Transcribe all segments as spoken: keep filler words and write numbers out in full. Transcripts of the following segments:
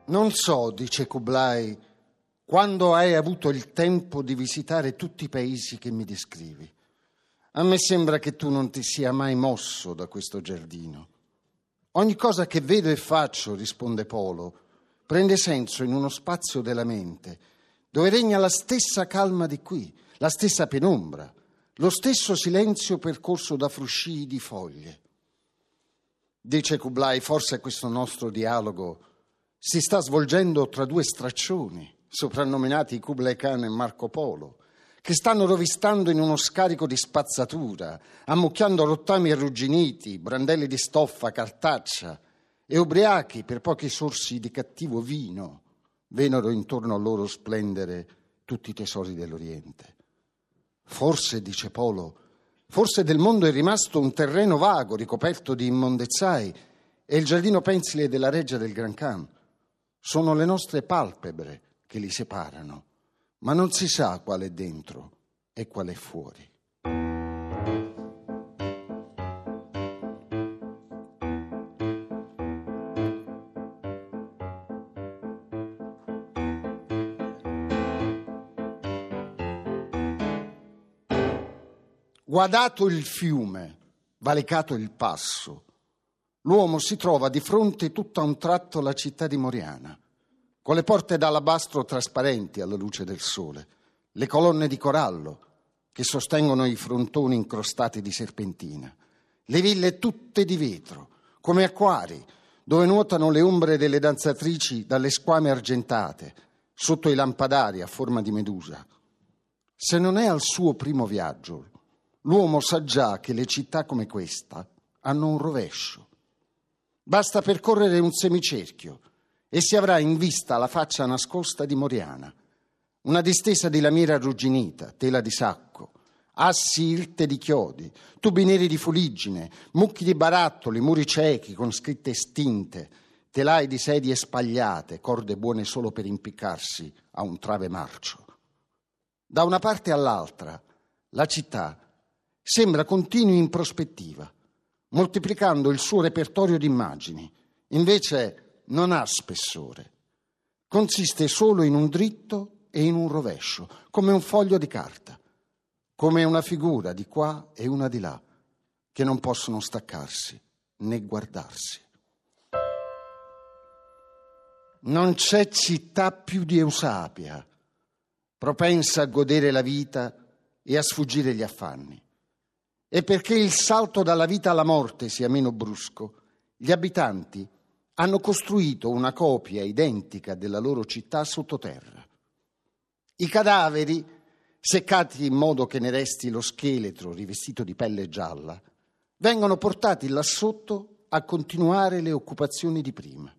Non so, dice Kublai, quando hai avuto il tempo di visitare tutti i paesi che mi descrivi. A me sembra che tu non ti sia mai mosso da questo giardino. Ogni cosa che vedo e faccio, risponde Polo, prende senso in uno spazio della mente, dove regna la stessa calma di qui, la stessa penombra, lo stesso silenzio percorso da fruscii di foglie. Dice Kublai, forse questo nostro dialogo si sta svolgendo tra due straccioni, soprannominati Kublai Khan e Marco Polo, che stanno rovistando in uno scarico di spazzatura, ammucchiando rottami arrugginiti, brandelli di stoffa, cartaccia, e ubriachi per pochi sorsi di cattivo vino, vennero intorno a loro splendere tutti i tesori dell'Oriente. Forse, dice Polo, forse del mondo è rimasto un terreno vago ricoperto di immondezzai e il giardino pensile della reggia del Gran Khan. Sono le nostre palpebre che li separano, ma non si sa qual è dentro e qual è fuori. Guadato il fiume, valicato il passo, l'uomo si trova di fronte tutto a un tratto la città di Moriana, con le porte d'alabastro trasparenti alla luce del sole, le colonne di corallo che sostengono i frontoni incrostati di serpentina, le ville tutte di vetro, come acquari, dove nuotano le ombre delle danzatrici dalle squame argentate, sotto i lampadari a forma di medusa. Se non è al suo primo viaggio, l'uomo sa già che le città come questa hanno un rovescio. Basta percorrere un semicerchio e si avrà in vista la faccia nascosta di Moriana, una distesa di lamiera arrugginita, tela di sacco, assi irte di chiodi, tubi neri di fuliggine, mucchi di barattoli, muri ciechi con scritte estinte, telai di sedie spagliate, corde buone solo per impiccarsi a un trave marcio. Da una parte all'altra, la città sembra continui in prospettiva, moltiplicando il suo repertorio di immagini. Invece non ha spessore. Consiste solo in un dritto e in un rovescio, come un foglio di carta, come una figura di qua e una di là, che non possono staccarsi né guardarsi. Non c'è città più di Eusapia, propensa a godere la vita e a sfuggire gli affanni. E perché il salto dalla vita alla morte sia meno brusco, gli abitanti hanno costruito una copia identica della loro città sottoterra. I cadaveri, seccati in modo che ne resti lo scheletro rivestito di pelle gialla, vengono portati là sotto a continuare le occupazioni di prima.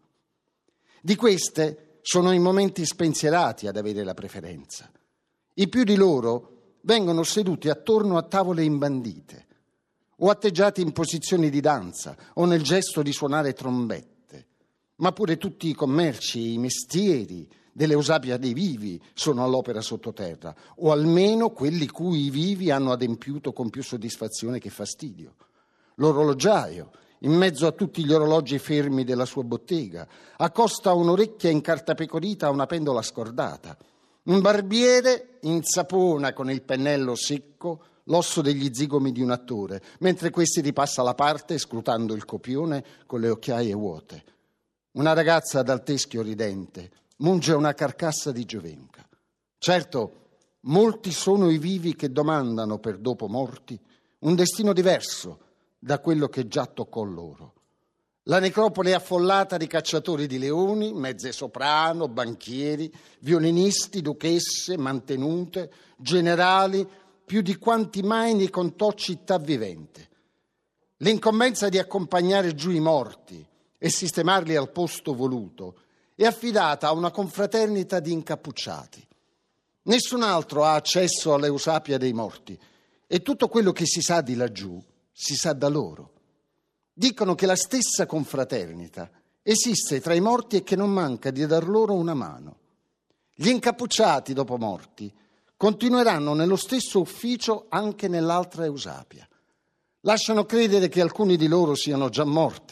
Di queste sono i momenti spensierati ad avere la preferenza. I più di loro vengono seduti attorno a tavole imbandite, o atteggiati in posizioni di danza, o nel gesto di suonare trombette. Ma pure tutti i commerci e i mestieri dell'Eusapia dei vivi sono all'opera sottoterra, o almeno quelli cui i vivi hanno adempiuto con più soddisfazione che fastidio. L'orologiaio, in mezzo a tutti gli orologi fermi della sua bottega, accosta un'orecchia incartapecorita a una pendola scordata. Un barbiere insapona con il pennello secco l'osso degli zigomi di un attore, mentre questi ripassa la parte scrutando il copione con le occhiaie vuote. Una ragazza dal teschio ridente munge una carcassa di giovenca. Certo, molti sono i vivi che domandano per dopo morti un destino diverso da quello che già toccò loro. La necropoli è affollata di cacciatori di leoni, mezze soprano, banchieri, violinisti, duchesse, mantenute, generali, più di quanti mai ne contò città vivente. L'incombenza di accompagnare giù i morti e sistemarli al posto voluto è affidata a una confraternita di incappucciati. Nessun altro ha accesso all'Eusapia dei morti e tutto quello che si sa di laggiù si sa da loro. Dicono che la stessa confraternita esiste tra i morti e che non manca di dar loro una mano. Gli incappucciati, dopo morti, continueranno nello stesso ufficio anche nell'altra Eusapia. Lasciano credere che alcuni di loro siano già morti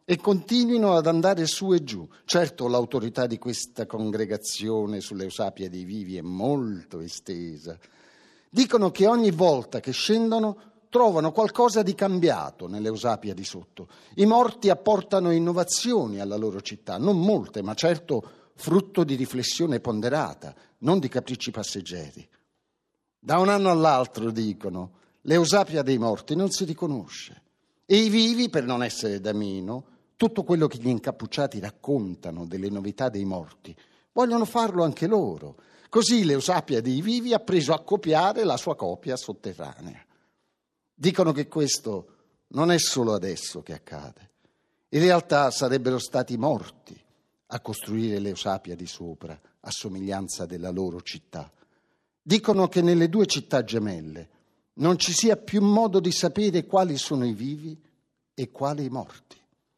e continuino ad andare su e giù. Certo, l'autorità di questa congregazione sull'Eusapia dei Vivi è molto estesa. Dicono che ogni volta che scendono trovano qualcosa di cambiato nell'Eusapia di sotto. I morti apportano innovazioni alla loro città, non molte, ma certo frutto di riflessione ponderata, non di capricci passeggeri. Da un anno all'altro, dicono, l'Eusapia dei morti non si riconosce. E i vivi, per non essere da meno, tutto quello che gli incappucciati raccontano delle novità dei morti, vogliono farlo anche loro. Così l'Eusapia dei Vivi ha preso a copiare la sua copia sotterranea. Dicono che questo non è solo adesso che accade. In realtà sarebbero stati morti a costruire l'Eusapia di sopra, a somiglianza della loro città. Dicono che nelle due città gemelle non ci sia più modo di sapere quali sono i vivi e quali i morti.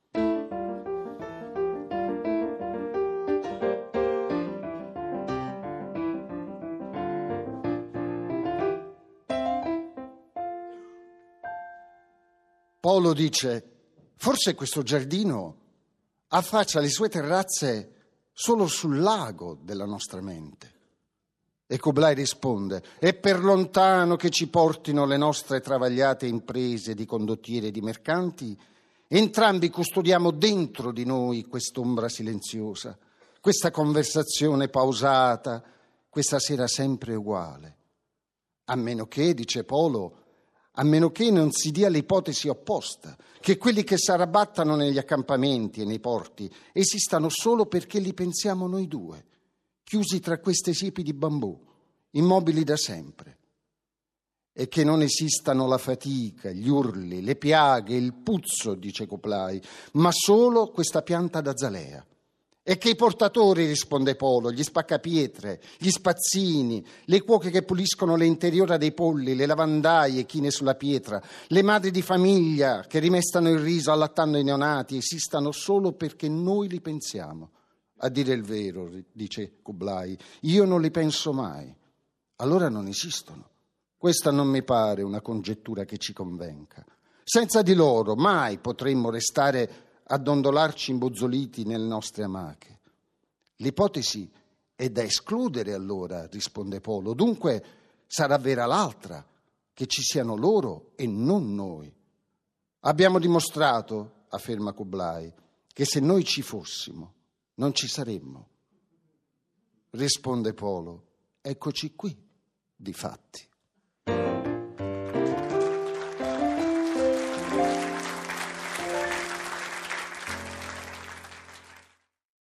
Paolo dice, forse questo giardino affaccia le sue terrazze solo sul lago della nostra mente. E Kublai risponde, è per lontano che ci portino le nostre travagliate imprese di condottieri e di mercanti, entrambi custodiamo dentro di noi quest'ombra silenziosa, questa conversazione pausata, questa sera sempre uguale. A meno che, dice Paolo, a meno che non si dia l'ipotesi opposta, che quelli che s'arrabattano negli accampamenti e nei porti esistano solo perché li pensiamo noi due, chiusi tra queste siepi di bambù, immobili da sempre, e che non esistano la fatica, gli urli, le piaghe, il puzzo, dice Kublai, ma solo questa pianta d'azalea. E che i portatori, risponde Paolo, gli spaccapietre, gli spazzini, le cuoche che puliscono le interiora dei polli, le lavandaie chine sulla pietra, le madri di famiglia che rimestano il riso allattando i neonati, esistano solo perché noi li pensiamo. A dire il vero, dice Kublai, io non li penso mai. Allora non esistono. Questa non mi pare una congettura che ci convenga. Senza di loro mai potremmo restare a dondolarci imbozzoliti nelle nostre amache. L'ipotesi è da escludere allora, risponde Paolo. Dunque sarà vera l'altra, che ci siano loro e non noi. Abbiamo dimostrato, afferma Kublai, che se noi ci fossimo, non ci saremmo. Risponde Paolo, eccoci qui, difatti.